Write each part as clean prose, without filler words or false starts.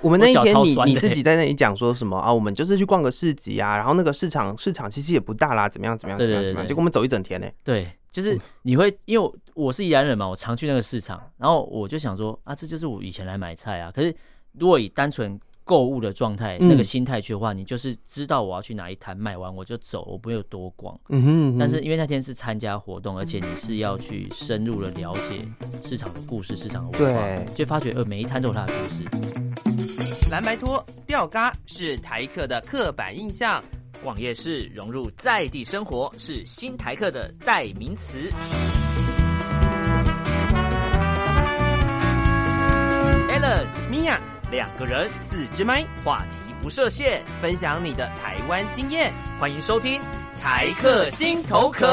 我们那一天你自己在那里讲说什么啊？我们就是去逛个市集啊，然后那个市场其实也不大啦，怎么样？结果我们走一整天呢。 对，就是你会因为我是宜兰人嘛，我常去那个市场，然后我就想说啊，这就是我以前来买菜啊。可是如果以单纯购物的状态、那个心态去的话，你就是知道我要去哪一摊，买完我就走，我不会有多逛。但是因为那天是参加活动，而且你是要去深入的了解市场的故事、市场的文化，就发觉每一摊都有它的故事。 蓝白拖、吊嘎是台客的刻板印象， 逛夜市融入在地生活是新台客的代名词。Alan、 米娅， 两个人 4支麦， 话题不设限， 分享你的台湾经验， 欢迎收听台客心头壳。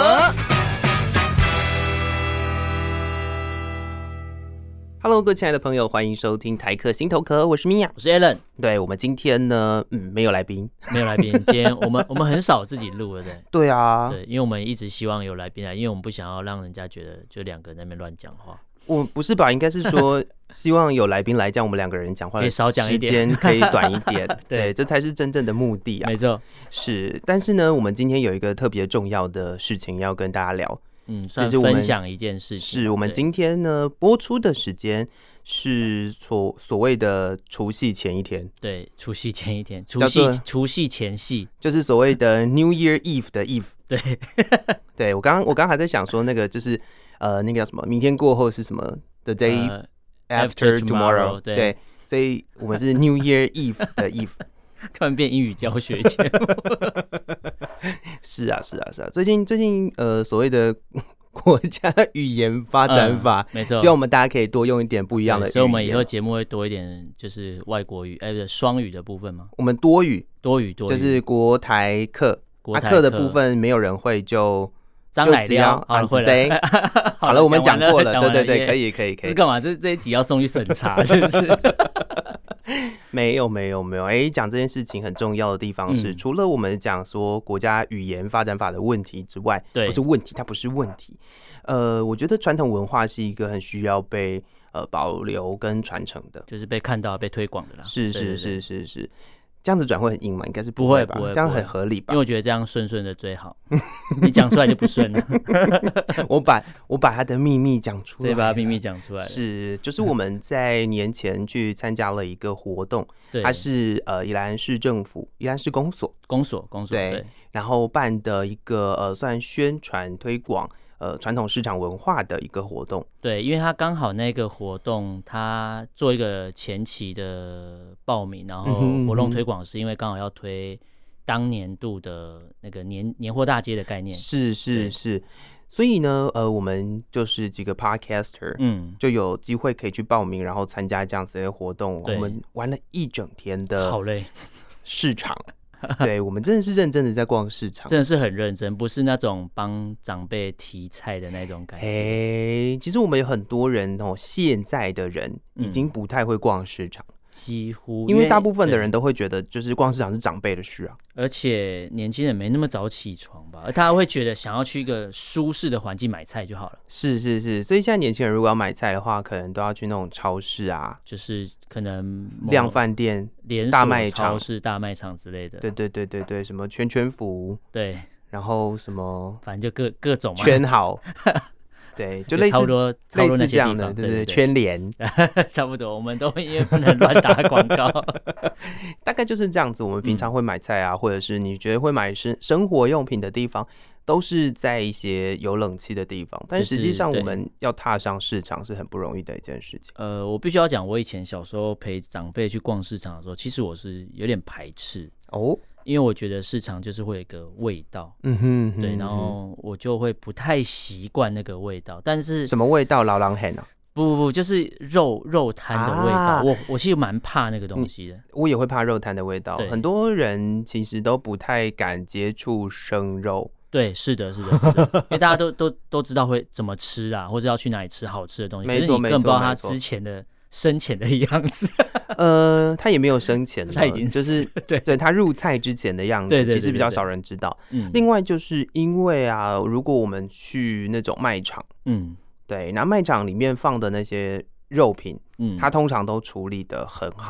Hello， 各位亲爱的朋友，欢迎收听台客心头壳，我是米娅， 我是 Alan。 对，我们今天呢，没有来宾， 今天我们很少自己录，对不对？ 对啊， 对，因为我们一直希望有来宾来，因为我们不想要让人家觉得就两个人在那边乱讲话。 我不是吧？应该是说希望有来宾来讲，我们两个人讲话的时间可以短一点。对，这才是真正的目的啊。 没错， 是。但是呢，我们今天有一个特别重要的事情要跟大家聊。 算分享一件事情。 是我们今天呢播出的时间是所谓的除夕前一天。 对，除夕前一天，除夕前夕， 就是所谓的 New Year Eve 的 Eve。 对， 对我刚还在想说那个就是那个叫什么？明天过后是什么 ？The day after tomorrow。对，所以我们是 New Year Eve 的 Eve。 突然变英语教学节目。 是啊，最近所谓的国家语言发展法， 没错， 希望我们大家可以多用一点不一样的语言， 所以我们以后节目会多一点，就是外国语，双语的部分嘛。 我们多语，就是国台客，客的部分没有人会就。 张乃亮， 好了，我们讲过了，对，可以。 这是干嘛？这一集要送去审查，是不是？ 没有。讲这件事情很重要的地方是，除了我们讲说国家语言发展法的问题之外，不是问题，它不是问题。我觉得传统文化是一个很需要被保留跟传承的， 就是被看到、被推广的啦。 是。这样子转会很硬吗？应该是不会吧，这样很合理吧？ 因为我觉得这样顺的最好，你讲出来就不顺了。 我把他的秘密讲出来， 对，把他秘密讲出来。 是，就是我们在年前去参加了一个活动，它是宜兰市政府宜兰市公所对，然后办的一个算宣传推广传统市场文化的一个活动。 对，因为他刚好那个活动他做一个前期的报名，然后活动推广是因为刚好要推当年度的那个年货大街的概念。是， 所以呢我们就是几个 podcaster 就有机会可以去报名，然后参加这样子的活动。我们玩了一整天的好累市场。对，我们真的是认真的在逛市场， 真的是很认真，不是那种帮长辈提菜的那种感觉。 其实我们有很多人现在的人已经不太会逛市场， 几乎因为大部分的人都会觉得就是逛市场是长辈的事啊， 而且年轻人没那么早起床吧，而他会觉得想要去一个舒适的环境买菜就好了。 是，所以现在年轻人如果要买菜的话，可能都要去那种超市啊， 就是可能量贩店、 连锁大卖场、 超市、大卖场之类的。 对，什么圈服， 对， 然后什么， 反正就各种嘛， 圈好。对，就类似差不多这样的，对，圈联差不多，我们都因为不能乱打广告， 大概就是这样子。我们平常会买菜啊，或者是你觉得会买生活用品的地方，都是在一些有冷气的地方，但实际上我们要踏上市场是很不容易的一件事情。 我必须要讲，我以前小时候陪长辈去逛市场的时候，其实我是有点排斥哦。因为我觉得市场就是会有一个味道，对，然后我就会不太习惯那个味道。但是什么味道？老狼hen啊？ 不，就是肉摊的味道。我其实蛮怕那个东西的。 我也会怕肉摊的味道。很多人其实都不太敢接触生肉。 对，是的，因为大家都知道会怎么吃啊，或者要去哪里吃好吃的东西。可是你根本不知道他之前的深浅的样子。 他也没有深浅了， 他已经就是对他入菜之前的样子，其实比较少人知道。另外就是因为啊，如果我们去那种卖场，对，那卖场里面放的那些肉品，它通常都处理得很好了。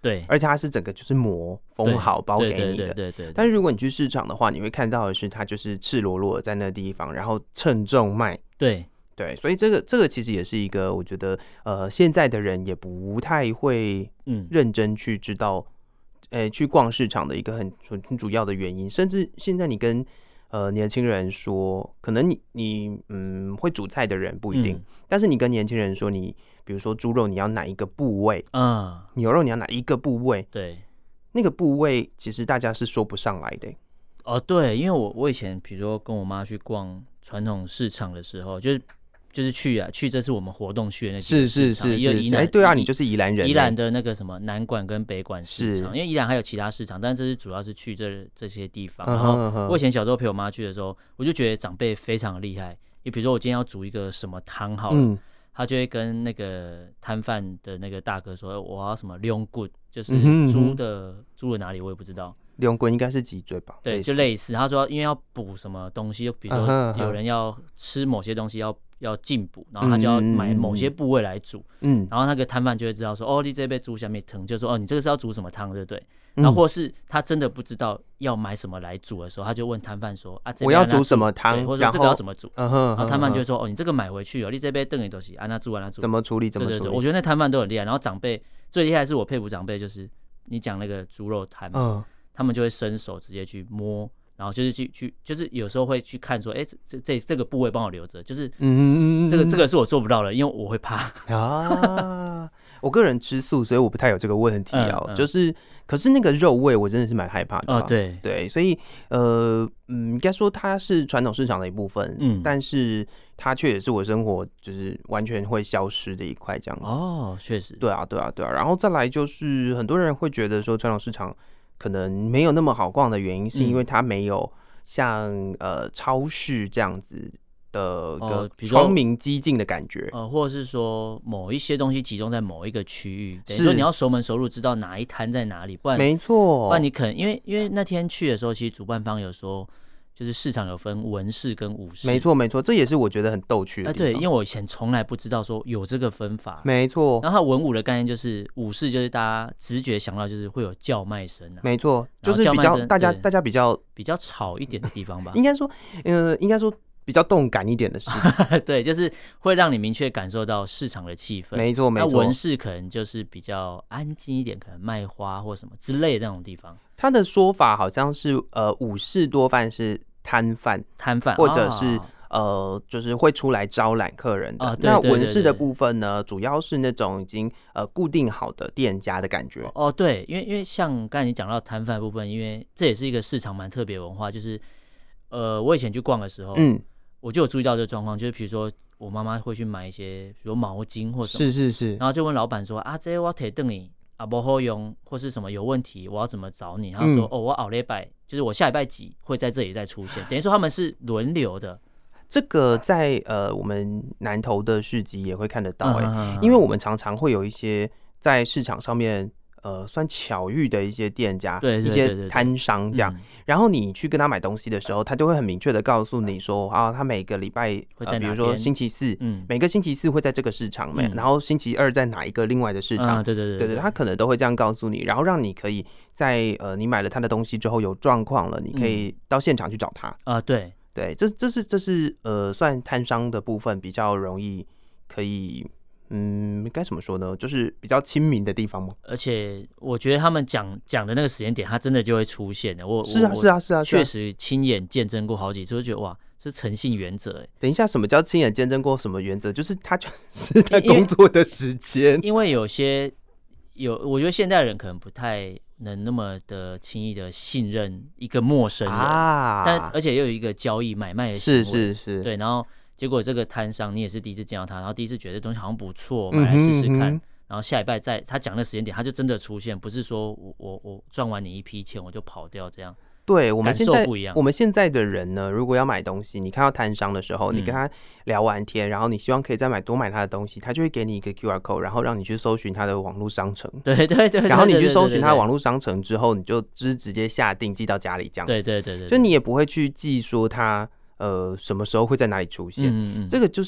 对， 而且它是整个就是膜封好包给你的， 对。 但是如果你去市场的话，你会看到的是它就是赤裸裸的在那地方，然后称重卖，对，所以这个其实也是一个我觉得现在的人也不太会认真去知道，去逛市场的一个很主要的原因，甚至现在你跟年轻人说，可能你会煮菜的人不一定，但是你跟年轻人说，你比如说猪肉你要哪一个部位，牛肉你要哪一个部位， 对， 那个部位其实大家是说不上来的。 对，因为我以前比如说跟我妈去逛传统市场的时候，就是去这次我们活动去的那几个市场， 是，对啊，你就是宜兰人， 宜兰的那个什么南馆跟北馆市场，因为宜兰还有其他市场，但这是主要是去这些地方。然后我以前小时候陪我妈去的时候，我就觉得长辈非常厉害。你比如说我今天要煮一个什么汤好了，他就会跟那个摊贩的那个大哥说，我要什么龙骨，就是猪的哪里我也不知道。 龙骨应该是脊椎吧？ 对，就类似。他说因为要补什么东西，比如说有人要吃某些东西要进补，然后他就要买某些部位来煮，然后那个摊贩就会知道说，你这杯煮下面疼，就说你这个是要煮什么汤，对不对？然后或是他真的不知道要买什么来煮的时候，他就问摊贩说， 我要煮什么汤， 或者说这个要怎么煮？然后摊贩就会说，你这个买回去你这杯炖的东西那煮怎么处理？ 对，我觉得那摊贩都很厉害。然后长辈最厉害的是我佩服长辈，就是你讲那个猪肉摊，他们就会伸手直接去摸。然后就是就是有时候会去看说，这个部位帮我留着，就是这个是我做不到的，因为我会怕啊。 我个人吃素，所以我不太有这个问题就是可是那个肉味我真的是蛮害怕的对，所以应该说它是传统市场的一部分，但是它却也是我生活就是完全会消失的一块这样子。 确实， 对啊。然后再来就是很多人会觉得说传统市场可能没有那么好逛的原因，是因为它没有像超市这样子的一个窗明几净的感觉， 或者是说某一些东西集中在某一个区域，等于说你要熟门熟路知道哪一摊在哪里，不然没错， 不然你可能因为那天去的时候，其实主办方有说。就是市场有分文市跟武市， 没错，这也是我觉得很逗趣的地方。 对，因为我以前从来不知道说有这个分法， 没错。 然后它文武的概念就是武市，就是大家直觉想到就是会有叫卖声没错，就是比较大家比较吵一点的地方吧。 应该说比较动感一点的事情。 对，就是会让你明确感受到市场的气氛。 没错。那文市可能就是比较安静一点，可能卖花或什么之类的那种地方。 他的说法好像是武士多半是摊贩，或者是就是会出来招揽客人的。那文士的部分呢，主要是那种已经固定好的店家的感觉。 对，因为像刚才你讲到摊贩部分，因为这也是一个市场蛮特别文化，就是我以前去逛的时候，我就有注意到这个状况，就是比如说我妈妈会去买一些，比如毛巾或什么， 是， 然后就问老板说这我提等你不好用或是什么有问题，我要怎么找你？他说我下礼拜就是我下礼拜几会在这里再出现，等于说他们是轮流的。 这个在我们南投的市集也会看得到因为我们常常会有一些在市场上面算巧遇的一些店家，一些摊商这样，然后你去跟他买东西的时候，他就会很明确的告诉你说他每个礼拜比如说星期四，每个星期四会在这个市场然后星期二在哪一个另外的市场，对，他可能都会这样告诉你，然后让你可以在你买了他的东西之后有状况了，你可以到现场去找他对，这是算摊商的部分比较容易可以。该怎么说呢？就是比较亲民的地方吗？ 而且我觉得他们讲的那个时间点，它真的就会出现的。 是啊， 确实亲眼见证过好几次，就觉得哇，这诚信原则。 等一下，什么叫亲眼见证过什么原则？就是他就是在工作的时间。 因为我觉得现代人可能不太能那么的轻易的信任一个陌生人但而且又有一个交易买卖的行为，是，对，然后。结果这个摊商你也是第一次见到他，然后第一次觉得这东西好像不错，买来试试看，然后下礼拜在他讲的时间点他就真的出现，不是说我赚完你一批钱我就跑掉这样。 对，我们现在不一样。 我们现在的人呢，如果要买东西，你看到摊商的时候，你跟他聊完天，然后你希望可以再多买他的东西，他就会给你一个 QR code， 然后让你去搜寻他的网络商城。 对， 然后你去搜寻他的网络商城之后，你就直接下定寄到家里这样子。对，就你也不会去记说他什么时候会在哪里出现？这个就是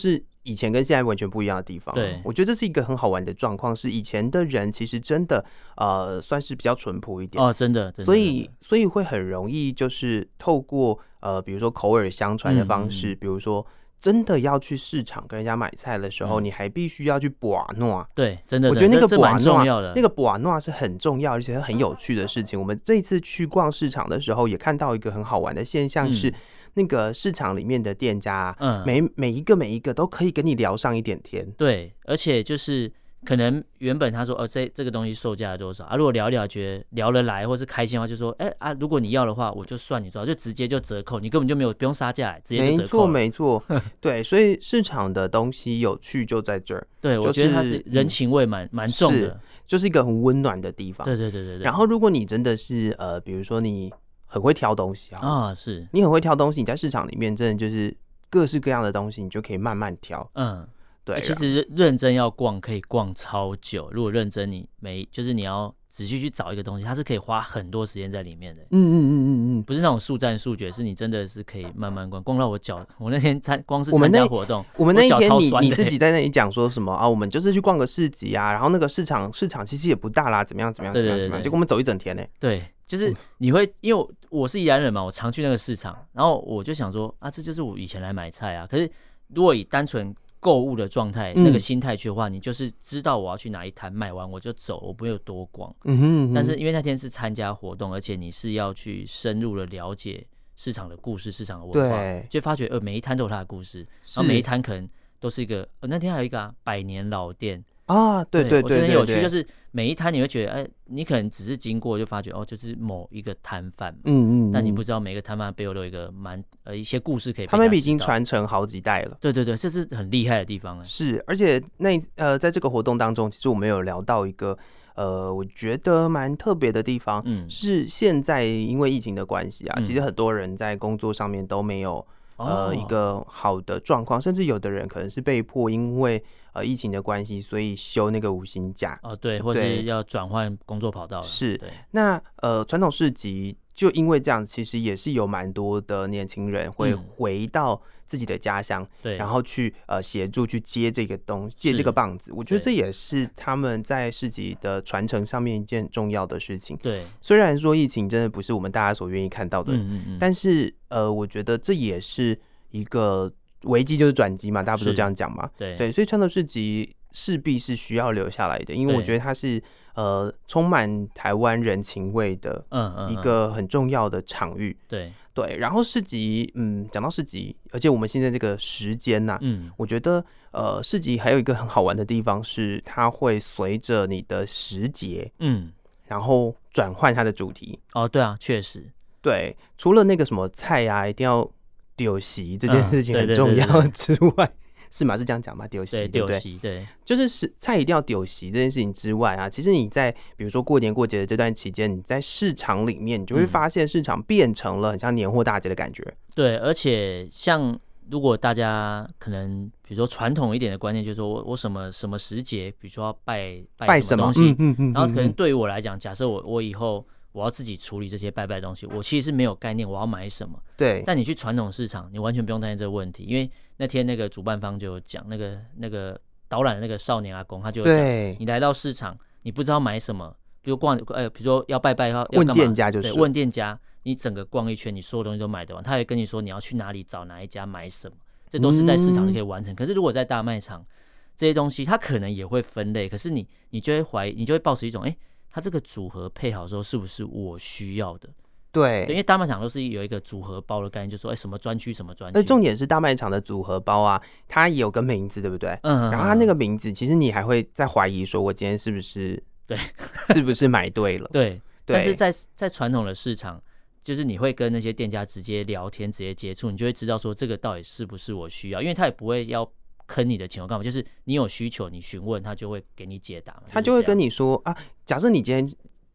以前跟现在完全不一样的地方。 对， 我觉得这是一个很好玩的状况，是以前的人其实真的算是比较淳朴一点哦，真的， 所以会很容易就是透过比如说口耳相传的方式，比如说真的要去市场跟人家买菜的时候，你还必须要去把诺。 对，真的， 我觉得那个把诺那个把诺是很重要而且很有趣的事情。我们这一次去逛市场的时候，也看到一个很好玩的现象是。那个市场里面的店家，每一个都可以跟你聊上一点天。 对，而且就是可能原本他说这个东西售价多少啊？如果聊一聊觉得聊得来或是开心的话，就说如果你要的话，我就算你多少，就直接就折扣，你根本就不用杀价，直接就折扣。 没错，对，所以市场的东西有趣就在这儿。 对，我觉得它是人情味蛮重的， 就是一个很温暖的地方。 对。 然后如果你真的是比如说你很会挑东西是你很会挑东西，你在市场里面真的就是各式各样的东西，你就可以慢慢挑。对。 其实认真要逛可以逛超久，如果认真就是你要仔细去找一个东西，它是可以花很多时间在里面的。不是那种速战速决，是你真的是可以慢慢逛到我脚。我那天光是参加活动， 我们那一天你自己在那里讲说什么啊？我们就是去逛个市集啊，然后那个市场其实也不大啦，怎么样？结果我们走一整天呢。 对。就是你会，因为我是宜兰人嘛，我常去那个市场，然后我就想说这就是我以前来买菜啊。可是如果以单纯购物的状态、那个心态去的话，你就是知道我要去哪一摊，买完我就走，我不会有多逛。但是因为那天是参加活动，而且你是要去深入的了解市场的故事、市场的文化，就发觉每一摊都有它的故事，然后每一摊可能都是一个那天还有一个百年老店。 对， 我觉得很有趣，就是每一摊你会觉得，你可能只是经过就发觉就是某一个摊贩，但你不知道每个摊贩背后都有一个一些故事可以被他们已经传承好几代了。 对，这是很厉害的地方。 是，而且在这个活动当中，其实我们有聊到一个我觉得蛮特别的地方，是现在因为疫情的关系其实很多人在工作上面都没有一个好的状况，甚至有的人可能是被迫因为疫情的关系，所以休那个无薪假对，或是要转换工作跑道了。 是，那传统市集就因为这样，其实也是有蛮多的年轻人会回到自己的家乡，然后去协助去接这个接这个棒子。我觉得这也是他们在市集的传承上面一件很重要的事情。 对， 虽然说疫情真的不是我们大家所愿意看到的，但是我觉得这也是一个危机就是转机嘛，大家不都这样讲嘛？对，所以传统市集势必是需要留下来的，因为我觉得它是充满台湾人情味的一个很重要的场域。对，然后市集，讲到市集，而且我们现在这个时间呐，我觉得市集还有一个很好玩的地方是，它会随着你的时节，然后转换它的主题。 对啊，确实， 对，除了那个什么菜啊，一定要丢席这件事情很重要之外，是吗？是这样讲吗？丢席，对不对？ 对， 就是菜一定要丢席这件事情之外其实你在比如说过年过节的这段期间，你在市场里面，你就会发现市场变成了很像年货大街的感觉。对， 而且像如果大家可能比如说传统一点的观念，就是说我什么时节，比如说要拜什么东西，然后可能对于我来讲，假设我以后我要自己处理这些拜的东西，我其实是没有概念我要买什么。 对， 但你去传统市场，你完全不用担心这个问题，因为那天那个主办方就有讲，那个导览的那个少年阿公，他就有讲，你来到市场，你不知道买什么，比如比如说要拜要干嘛， 问店家就是， 对，问店家，你整个逛一圈，你所有东西都买得完，他会跟你说你要去哪里找哪一家买什么，这都是在市场就可以完成。可是如果在大卖场，这些东西它可能也会分类，可是你就会怀疑，你就会抱持一种它这个组合配好之后是不是我需要的？对，因为大卖场都是有一个组合包的概念，就是说什么专区什么专区。 重点是大卖场的组合包它也有个名字，对不对？然后它那个名字，其实你还会再怀疑说，我今天是不是是不是买对了？ 对。但是在传统的市场，就是你会跟那些店家直接聊天、直接接触，你就会知道说这个到底是不是我需要，因为他也不会要坑你的钱干嘛，就是你有需求你询问他就会给你解答嘛， 他就会跟你说假设你今天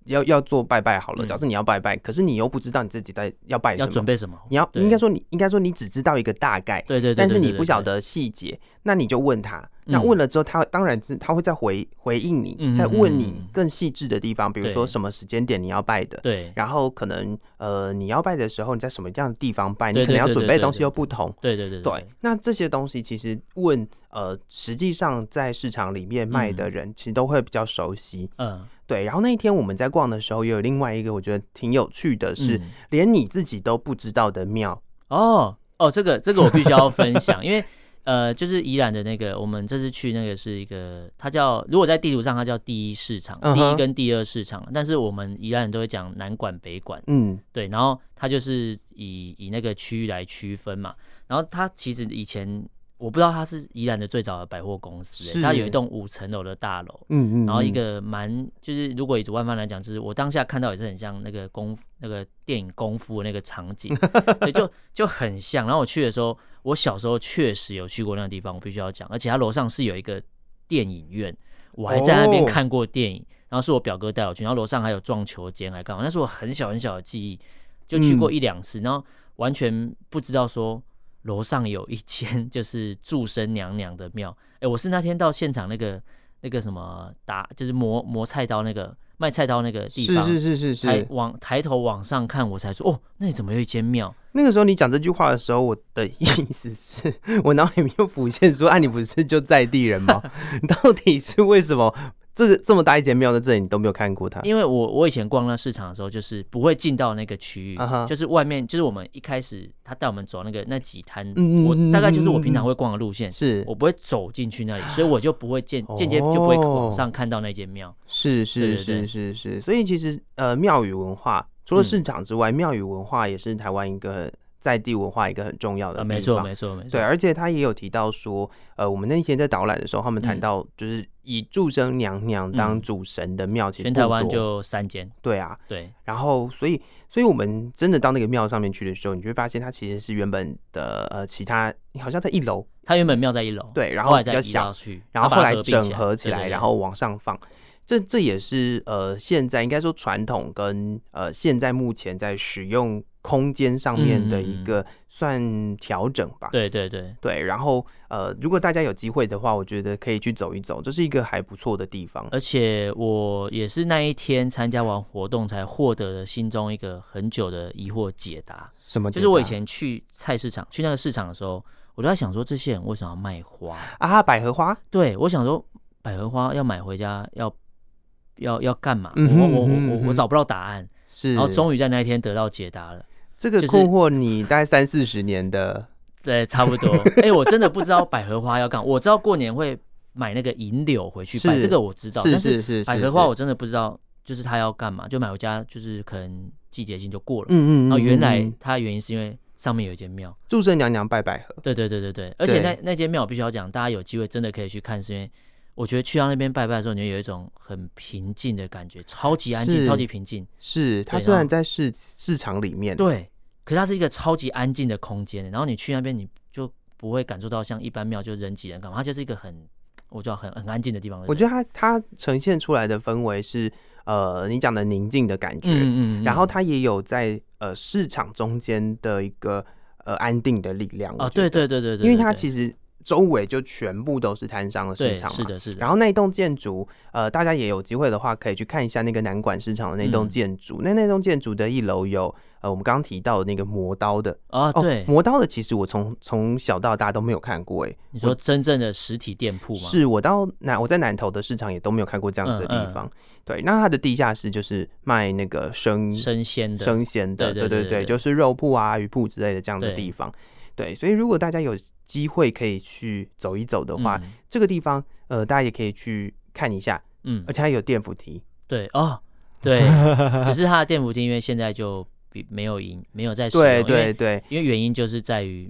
要做拜拜好了，假设你要拜拜，可是你又不知道你自己要拜什么， 要准备什么， 应该说你只知道一个大概， 对， 但是你不晓得细节，那你就问他，那问了之后，他当然他会再回应你，再问你更细致的地方，比如说什么时间点你要拜的， 对， 然后可能你要拜的时候你在什么样的地方拜，你可能要准备的东西又不同， 对， 那这些东西其实问实际上在市场里面卖的人其实都会比较熟悉，对。然后那一天我们在逛的时候，也有另外一个我觉得挺有趣的是，连你自己都不知道的庙。 这个我必须要分享，因为就是宜兰的那个，我们这次去那个是一个，它叫如果在地图上它叫第一市场，第一跟第二市场，但是我们宜兰人都会讲南馆北馆，对，然后它就是以那个区域来区分嘛，然后它其实以前。我不知道它是宜兰的最早的百货公司，它有一栋5层楼的大楼，然后一个就是如果以主办方来讲，就是我当下看到也是很像那个电影功夫的那个场景，对，就很像。然后我去的时候，我小时候确实有去过那个地方，我必须要讲，而且它楼上是有一个电影院，我还在那边看过电影，然后是我表哥带我去，然后楼上还有撞球间，还干嘛？那是我很小很小的记忆，就去过1-2次，然后完全不知道说。楼上有一间就是祝生娘娘的庙，我是那天到现场那个什么就是磨菜刀那个卖菜刀那个地方， 是， 抬头往上看，我才说那里怎么有一间庙？ 那个时候你讲这句话的时候，我的意思是我脑海里面就浮现说，你不是就在地人吗？到底是为什么？这么大一间庙在这里，你都没有看过它？ 因为我以前逛那市场的时候，就是不会进到那个区域，就是外面，就是我们一开始他带我们走那几摊，我大概就是我平常会逛的路线，是我不会走进去那里，所以我就不会间接就不会往上看到那间庙。是， 所以其实庙宇文化除了市场之外，庙宇文化也是台湾一个。在地文化一个很重要的地方， 没错。 对，而且他也有提到说，我们那天在导览的时候，他们谈到就是以祝生娘娘当主神的庙，其实全台湾就3间。 对啊， 对。 然后，所以我们真的到那个庙上面去的时候，你就会发现它其实是原本的其他好像在1楼， 它原本庙在1楼， 对，然后比较小，然后后来整合起来，然后往上放。这也是现在应该说传统跟现在目前在使用空间上面的一个算调整吧。对，然后如果大家有机会的话，我觉得可以去走一走，这是一个还不错的地方。 而且我也是那一天参加完活动才获得了心中一个很久的疑惑解答。 什么解答？ 就是我以前去菜市场去那个市场的时候，我就在想说，这些人为什么要卖花啊？百合花？ 对，我想说百合花要买回家要干嘛？我找不到答案，然后终于在那一天得到解答了。 这个困惑你大概30-40年的， 对，差不多。我真的不知道百合花要干嘛。我知道过年会买那个银柳回去拜，这个我知道。但是百合花我真的不知道，就是它要干嘛，就买回家，就是可能季节性就过了。然后原来它的原因是因为上面有一间庙， 祝生娘娘拜百合。 对。而且那间庙我必须要讲，大家有机会真的可以去看，是因为。我觉得去到那边拜拜的时候，你会有一种很平静的感觉，超级安静，超级平静。 是，它虽然在市场里面， 对，可是它是一个超级安静的空间。然后你去那边，你就不会感受到像一般庙就人挤人干嘛，它就是一个我觉得很安静的地方。 我觉得它呈现出来的氛围是你讲的宁静的感觉，然后它也有在市场中间的一个安定的力量。 对， 因为它其实。周围就全部都是摊商的市场嘛， 是的。 然后那一栋建筑，大家也有机会的话，可以去看一下那个南馆市场的那栋建筑。那栋建筑的1楼有我们刚刚提到的那个磨刀的对， 磨刀的其实我从小到大都没有看过。 你说真正的实体店铺吗？ 是我在南投的市场也都没有看过这样子的地方。对，那它的地下室就是卖那个生鲜的，对，就是肉铺啊、鱼铺之类的这样的地方。对，所以如果大家有机会可以去走一走的话，这个地方大家也可以去看一下，而且它有电扶梯。 对，只是它的电扶梯因为现在就没有在使用，对，因为原因就是在于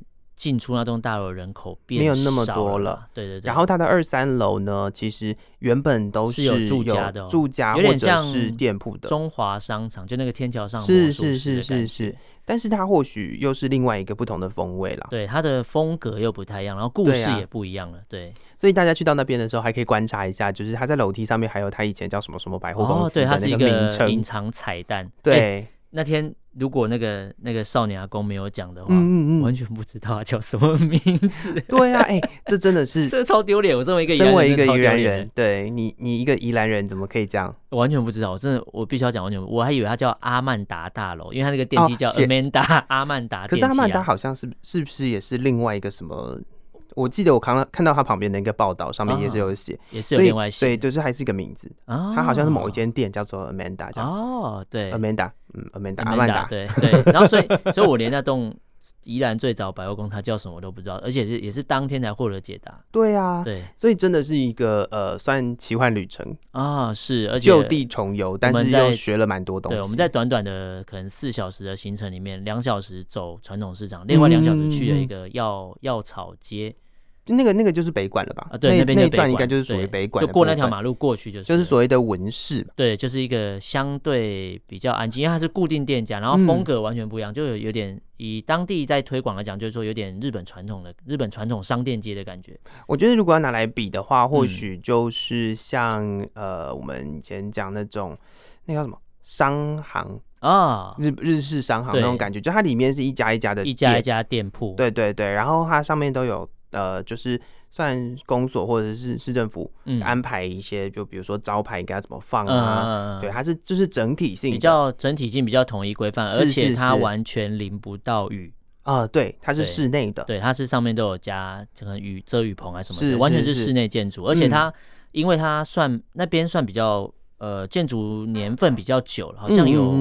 进出那栋大楼的人口变没有那么少多了。 对对对。 然后它的2、3楼呢，其实原本都是有住家的、 住家有点像或者是店铺的。 中华商场就那个天桥上是，但是它或许又是另外一个不同的风味啦。 对，它的风格又不太一样，然后故事也不一样了。对， 所以大家去到那边的时候，还可以观察一下，就是它在楼梯上面还有它以前叫什么什么百货公司的那个名称， 它是一个隐藏彩蛋。 对。 那天如果那个少年阿公没有讲的话，完全不知道他叫什么名字。 对啊，这真的是这超丢脸。我身为一个宜兰人，对你一个宜兰人怎么可以这样？ 我完全不知道，我必须要讲完全，我还以为他叫阿曼达大楼，因为他那个电梯叫 Amanda 阿曼达电梯。 可是阿曼达好像是不是也是另外一个什么？我记得我看到他旁边的一个报道，上面也是有写， 也是有另外写， 所以就是还是一个名字。他好像是某一间店叫做 Amanda 这样。 对 ，Amanda， 阿曼达， 对。然后所以我连那栋宜兰最早百货公司它叫什么我都不知道，而且也是当天才获得解答。 对啊， 对， 所以真的是一个算奇幻旅程啊，是，而且就地重游，但是又学了蛮多东西。 对，我们在短短的可能4小时的行程里面，2小时走传统市场，另外2小时去了一个药草街。 那个就是北馆了吧？ 对，那边那段应该就是属于北馆， 就过那条马路过去就是所谓的文市。对， 就是一个相对比较安静，因为它是固定店家，然后风格完全不一样，就有点以当地在推广来讲，就是说有点日本传统商店街的感觉。 我觉得如果要拿来比的话，或许就是像我们以前讲那种那叫什么商行啊，日式商行那种感觉，就它里面是一家一家的一家店铺。 对对对，然后它上面都有。就是算公所或者是市政府安排一些，就比如说招牌应该怎么放啊，对，它是就是整体性的， 比较整体性比较统一规范，而且它完全淋不到雨对，它是室内的， 对，它是上面都有加这个遮雨棚啊什么的，完全是室内建筑，而且它因为它那边算比较建筑年份比较久了，好像有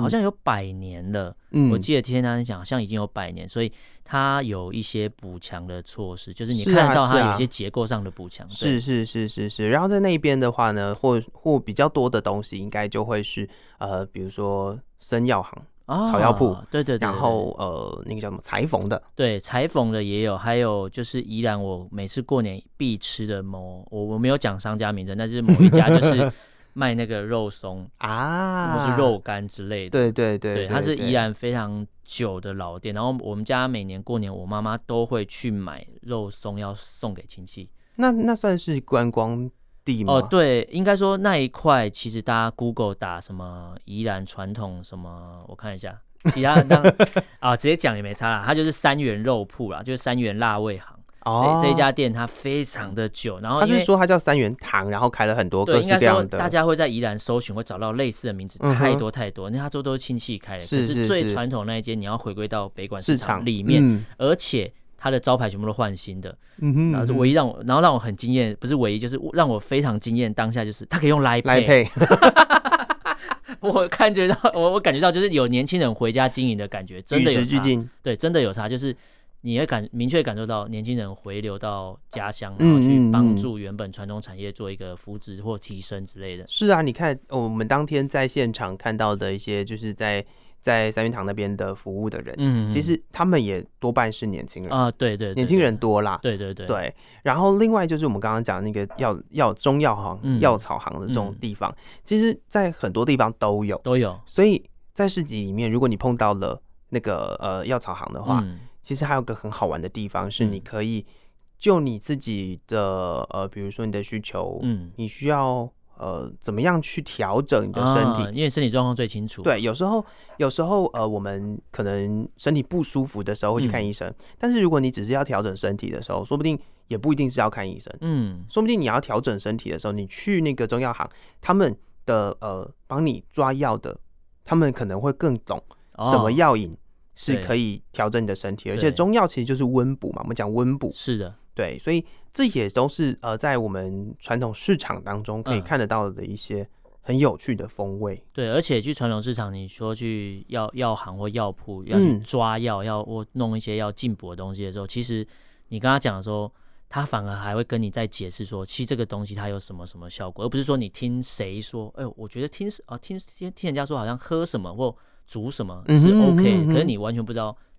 100年了，我记得听他讲好像已经有100年，所以它有一些补强的措施，就是你看得到它有一些结构上的补强。 是。然后在那边的话呢，或比较多的东西，应该就会是比如说生药行。草药铺， 对， 然后那个叫什么裁缝的， 对，裁缝的也有，还有就是宜兰我每次过年必吃的我没有讲商家名称，但是某一家就是卖那个肉松啊，或是肉干之类的，对，它是宜兰非常久的老店，然后我们家每年过年我妈妈都会去买肉松要送给亲戚， 那算是观光地吗？ 对，应该说那一块其实大家 Google 打什么宜兰传统什么，我看一下，其他直接讲也没差啦，它就是3元肉铺啦，就是3元辣味行。这一家店它非常的久，然后他是说它叫3元堂，然后开了很多各式各样的。 应该说大家会在宜兰搜寻会找到类似的名字，太多，因为它都是亲戚开的。可是最传统那一间，你要回归到北馆市场里面，而且它的招牌全部都换新的。然后唯一让我很惊艳，不是唯一，就是让我非常惊艳。当下就是它可以用 Line Pay。我感觉到就是有年轻人回家经营的感觉，真的有差。与时俱进，对，真的有差，就是你会明确感受到年轻人回流到家乡，然后去帮助原本传统产业做一个扶植或提升之类的。 是啊，你看我们当天在现场看到的一些，就是在3元堂那边的服务的人，其实他们也多半是年轻人啊， 对， 年轻人多啦， 对。 然后另外就是我们刚刚讲那个中药行、药草行的这种地方，其实在很多地方都有，所以在市集里面，如果你碰到了那个药草行的话，其实还有个很好玩的地方是，你可以就你自己的比如说你的需求，你需要怎么样去调整你的身体， 因为身体状况最清楚。 对，有时候我们可能身体不舒服的时候会去看医生，但是如果你只是要调整身体的时候，说不定也不一定是要看医生。说不定你要调整身体的时候，你去那个中药行，他们的帮你抓药的，他们可能会更懂什么药引是可以调整你的身体，而且中药其实就是温补嘛，我们讲温补， 是的， 对，所以这也都是在我们传统市场当中可以看得到的一些很有趣的风味。 对，而且去传统市场，你说去药行或药铺要去抓药，要弄一些要进补的东西的时候，其实你跟他讲的时候，他反而还会跟你再解释说，其实这个东西它有什么什么效果，而不是说你听谁说，我觉得听人家说好像喝什么或煮什么是 OK，可是你完全不知道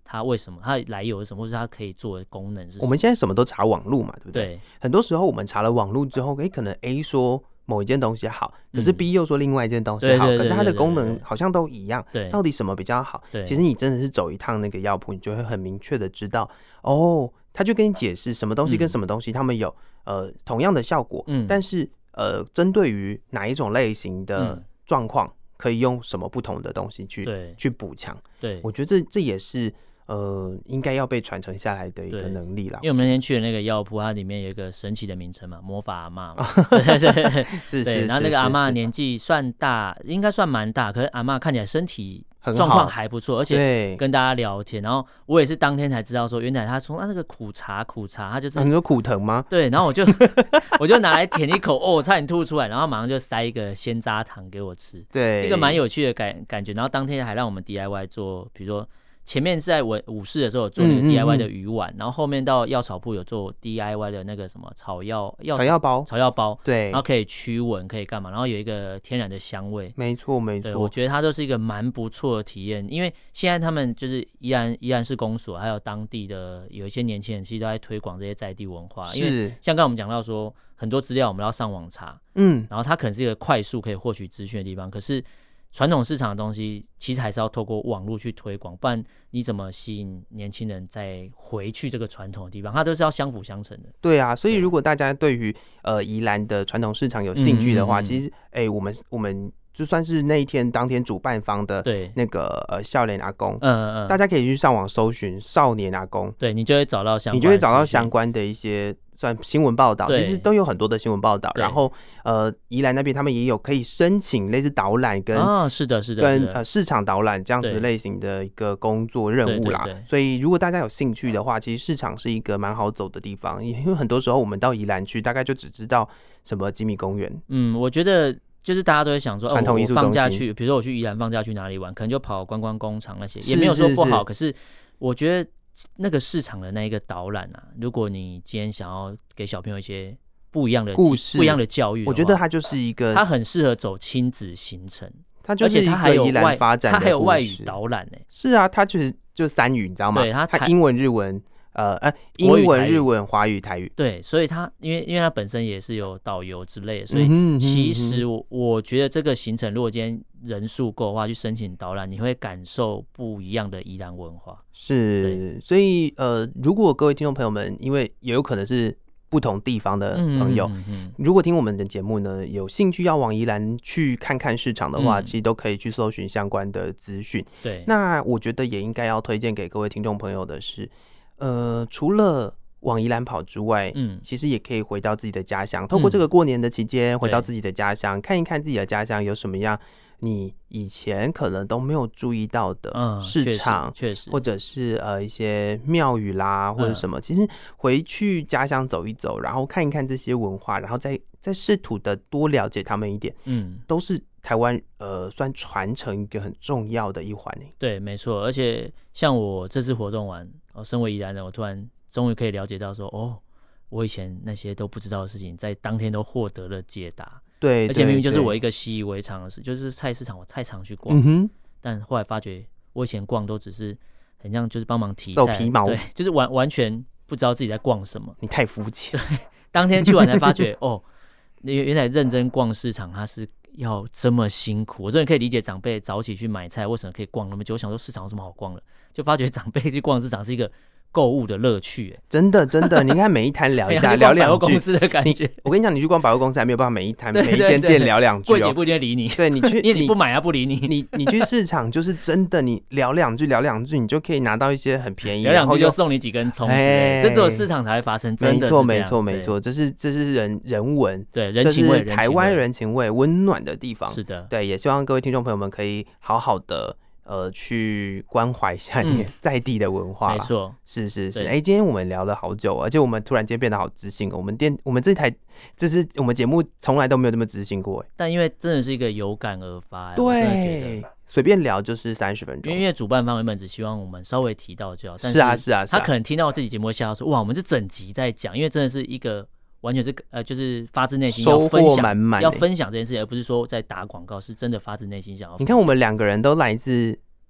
它为什么，它的来由是什么，或是它可以做的功能是什么。 我们现在什么都查网路嘛，对不对？ 对， 很多时候我们查了网路之后，可能 A 说某一件东西好，可是 B 又说另外一件东西好，可是它的功能好像都一样，到底什么比较好？其实你真的是走一趟那个药铺，你就会很明确的知道，哦，他就跟你解释什么东西跟什么东西，他们有同样的效果，但是针对于哪一种类型的状况，可以用什么不同的东西去补强。对，我觉得这也是应该要被传承下来的一个能力啦。 因为我们那天去的那个药铺，它里面有一个神奇的名称嘛，魔法阿嬷嘛。对， 是。 然后那个阿嬷年纪算大，应该算蛮大，可是阿嬷看起来身体状况还不错，而且跟大家聊天。然后我也是当天才知道说，原来他说那个苦茶，他就是你说苦藤吗？ 对，然后我就拿来舔一口，我差点吐出来，然后马上就塞一个鲜榨糖给我吃。 对， 这个蛮有趣的感觉。然后当天还让我们 DIY 做，比如说。前面是在武士的时候有做那个 DIY 的鱼丸，然后后面到药草铺有做 DIY 的那个什么草药包， 对， 然后可以驱蚊，可以干嘛？然后有一个天然的香味， 没错。 对，我觉得它都是一个蛮不错的体验，因为现在他们就是宜兰市公所还有当地的有一些年轻人其实都在推广这些在地文化，因为像刚刚我们讲到说很多资料我们要上网查，然后它可能是一个快速可以获取资讯的地方，可是传统市场的东西其实还是要透过网络去推广，不然你怎么吸引年轻人再回去这个传统的地方？它都是要相辅相成的。 对啊，所以如果大家对于宜兰的传统市场有兴趣的话，其实我们就算是那一天当天主办方的那个少年阿公，大家可以去上网搜寻少年阿公， 对，你就会找到相关的一些算新闻报道，其实都有很多的新闻报道。然后宜兰那边他们也有可以申请类似导览跟是的跟市场导览这样子类型的一个工作任务啦。所以如果大家有兴趣的话，其实市场是一个蛮好走的地方，因为很多时候我们到宜兰去，大概就只知道什么吉米公园。 我觉得。就是大家都会想说， 传统艺术我放假去，比如说我去宜兰放假去哪里玩，可能就跑观光工厂那些，也没有说不好。可是我觉得那个市场的那一个导览啊，如果你今天想要给小朋友一些不一样的故事、不一样的教育， 我觉得它就是一个， 它很适合走亲子行程， 它就是一个宜兰发展的故事， 它还有外语导览呢。 是啊，它就三语，你知道吗？对，它英文、日文。英文、日文、华语、台语， 对，所以它因为它本身也是有导游之类的，所以其实我觉得这个行程如果今天人数够的话，去申请导览，你会感受不一样的宜兰文化。 是，所以如果各位听众朋友们，因为也有可能是不同地方的朋友，如果听我们的节目呢，有兴趣要往宜兰去看看市场的话，其实都可以去搜寻相关的资讯。 对， 那我觉得也应该要推荐给各位听众朋友的是。除了往宜兰跑之外，其实也可以回到自己的家乡，透过这个过年的期间，回到自己的家乡，看一看自己的家乡有什么样你以前可能都没有注意到的市场， 确实， 或者是一些庙宇啦，或者什么。其实回去家乡走一走，然后看一看这些文化，然后再试图的多了解他们一点，都是台湾算传承一个很重要的一环。 对，没错。而且像我这次活动完，身为宜兰人，我突然终于可以了解到说，我以前那些都不知道的事情，在当天都获得了解答。 对， 而且明明就是我一个习以为常的事，就是菜市场我太常去逛，但后来发觉我以前逛都只是很像就是帮忙提菜， 走皮毛， 对，就是完全不知道自己在逛什么。 你太肤浅。 对，当天去完才发觉，原来认真逛市场它是要这么辛苦。我真的可以理解长辈早起去买菜为什么可以逛那么久。我想说市场有什么好逛的，就发觉长辈去逛市场是一个购物的乐趣。 真的，你看每一摊聊一下，聊两句。 百货公司的感觉。 我跟你讲，你去逛百货公司还没有办法每一摊每一间店聊两句。 柜姐不一定理你。 对，你去， 因为你不买啊，不理你。 你去市场就是真的，你聊两句，你就可以拿到一些很便宜， 聊两句就送你几根葱。这只有市场才会发生，真的是这样。 没错，这是人文， 对，人情味， 台湾人情味温暖的地方。 是的， 对，也希望各位听众朋友们可以好好的。去关怀一下你在地的文化。 没错， 是。今天我们聊了好久，而且我们突然间变得好知性。我们这台，这是我们节目从来都没有这么知性过。 但因为真的是一个有感而发， 对，随便聊就是30分钟。 因为主办方原本只希望我们稍微提到就好，但是啊， 他可能听到自己节目会吓到说，哇，我们这整集在讲，因为真的是一个。完全是就是发自内心要分享， 满满要分享这件事情，而不是说在打广告，是真的发自内心想要分享。 你看我们两个人都来自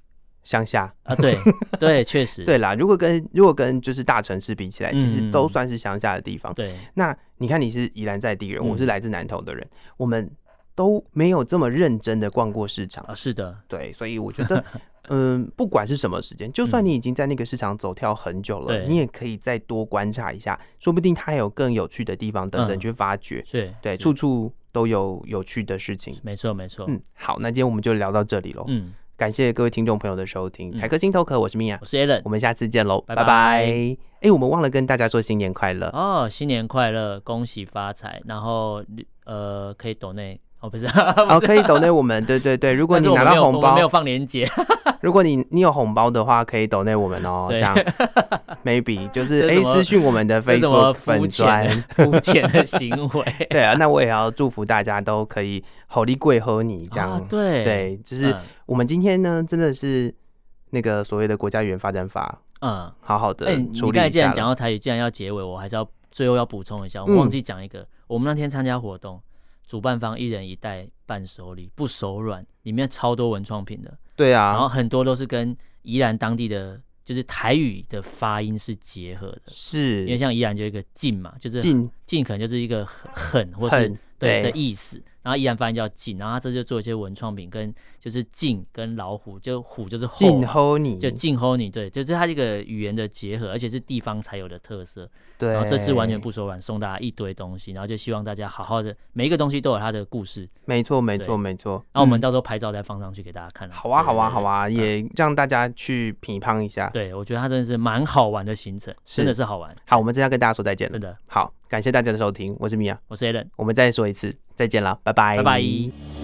乡下啊，对对，确实， 对啦。如果跟就是大城市比起来，其实都算是乡下的地方。 对， 那你看你是宜兰在地人，我是来自南投的人，我们都没有这么认真的逛过市场啊。是的， 对，所以我觉得。不管是什么时间，就算你已经在那个市场走跳很久了，你也可以再多观察一下，说不定它还有更有趣的地方等着你去发掘。对，处处都有有趣的事情。 没错，没错。 好，那今天我们就聊到这里喽。感谢各位听众朋友的收听，台客心头壳，我是米娅， 我是 Alan， 我们下次见喽， 拜拜。 我们忘了跟大家说新年快乐哦，新年快乐，恭喜发财，然后可以抖内。不是可以抖内我们，对对对，如果你拿到红包， 我没有放链接。 如果你有红包的话，可以抖内我们哦，这样 maybe 就是私讯我们的 Facebook 粉专， 肤浅的行为。 对啊，那我也要祝福大家都可以好利贵喝你这样。对，就是我们今天呢，真的是那个所谓的国家语言发展法，好好的处理一下。 你刚才既然讲到台语，既然要结尾，我还是要最后要补充一下，我忘记讲一个，我们那天参加活动。主办方一人一袋伴手礼，不手软，里面超多文创品的。对啊，然后很多都是跟宜兰当地的，就是台语的发音是结合的。是，因为像宜兰就一个晋嘛，就是晋可能就是一个狠或是对的意思，然后宜兰发音叫晋，然后他这就做一些文创品，跟就是晋跟老虎，就虎就是后，晋吼你，就晋吼你，对，就是它这个语言的结合，而且是地方才有的特色。对，然后这次完全不手软，送大家一堆东西，然后就希望大家好好的，每一个东西都有它的故事。没错，没错，没错。然后我们到时候拍照再放上去给大家看。好啊，好啊，好啊，也让大家去品乓一下。对，我觉得它真的是蛮好玩的行程，真的是好玩。好，我们真的要跟大家说再见了。真的好，感谢大家的收听，我是米娅，我是 Alan， 我们再说一次再见了，拜拜，拜拜。